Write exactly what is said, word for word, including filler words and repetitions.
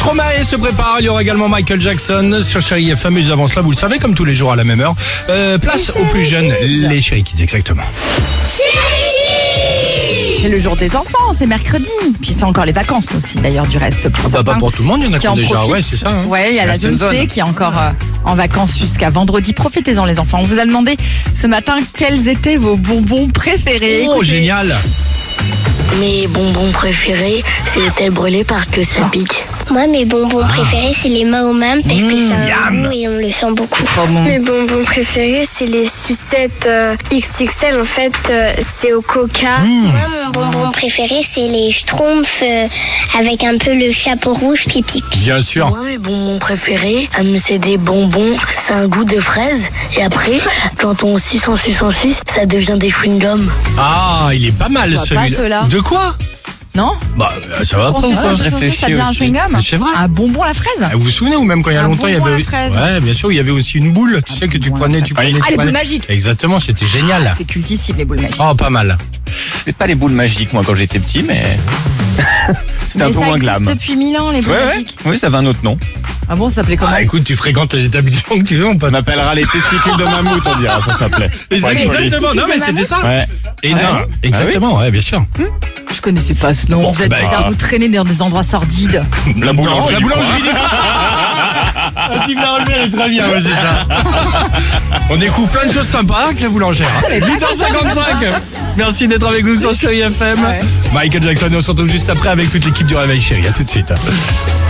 Stromae se prépare, il y aura également Michael Jackson sur Chérie F M. Ils avancent là, vous le savez, comme tous les jours à la même heure. Euh, place aux plus jeunes, les Chérie Kids, exactement. C'est le jour des enfants, c'est mercredi. Puis c'est encore les vacances aussi, d'ailleurs, du reste. Pour bah, pas pour tout le monde, il y en a qui ont déjà. Profitent. Ouais, c'est ça. Hein. Ouais, il y a la zone C qui est encore euh, en vacances jusqu'à vendredi. Profitez-en, les enfants. On vous a demandé ce matin quels étaient vos bonbons préférés. Oh, Écoutez. Génial. Mes bonbons préférés, c'est les têtes brûlées parce que ça pique. Moi, mes bonbons préférés, c'est les Mahomam parce que c'est un goût et on le sent beaucoup. Trop bon. Mes bonbons préférés, c'est les sucettes euh, X X L. En fait, euh, c'est au coca. Moi, mon bonbon préféré, c'est les Schtroumpfs euh, avec un peu le chapeau rouge qui pique. Bien sûr. Moi, mes bonbons préférés, euh, c'est des bonbons, c'est un goût de fraise. Et après, quand on suce, on suce, on suce, ça devient des chewing-gums. Ah, il est pas mal Je vois pas celui-là. ceux-là. De quoi? Non? Bah, ça va pas ou Ça, quoi? ça, ça, ça devient un chewing-gum? Mais c'est vrai. Un bonbon à la fraise? Vous vous souvenez, ou même quand il y a Un longtemps, il y bonbon à avait. la fraise. Ouais, bien sûr, il y avait aussi une boule. Tu sais que tu bonbon à la prenais, fraise. tu prenais. Ah, tu les prenais. boules magiques. Exactement, c'était génial. Ah, c'est cultissime, les boules magiques. Oh, pas mal. C'est pas les boules magiques, moi, quand j'étais petit, mais c'était un Mais peu ça moins existe glam. depuis mille ans, les boules Ouais, ouais. magiques. Oui, ça avait un autre nom. Ah bon, ça s'appelait comment? Ah, écoute, tu fréquentes les établissements que tu veux, on peut. On appellera les testicules de mammouth, on dira, ça s'appelait. Exactement, non, mais c'était ça. Ouais. Et non, Ouais. exactement, ouais, bien sûr. Je connaissais pas ce nom. Bon, vous êtes bah, bizarre, vous traînez dans des endroits sordides. La boulangerie. La du boulangerie. coin. Tu me l'as enlevé, elle est très bien, ouais, c'est ça. On découvre plein de choses sympas avec la boulangère. huit heures cinquante-cinq. Merci d'être avec nous sur Chérie F M. Ouais. Michael Jackson, et on se retrouve juste après avec toute l'équipe du Réveil Chérie. À tout de suite.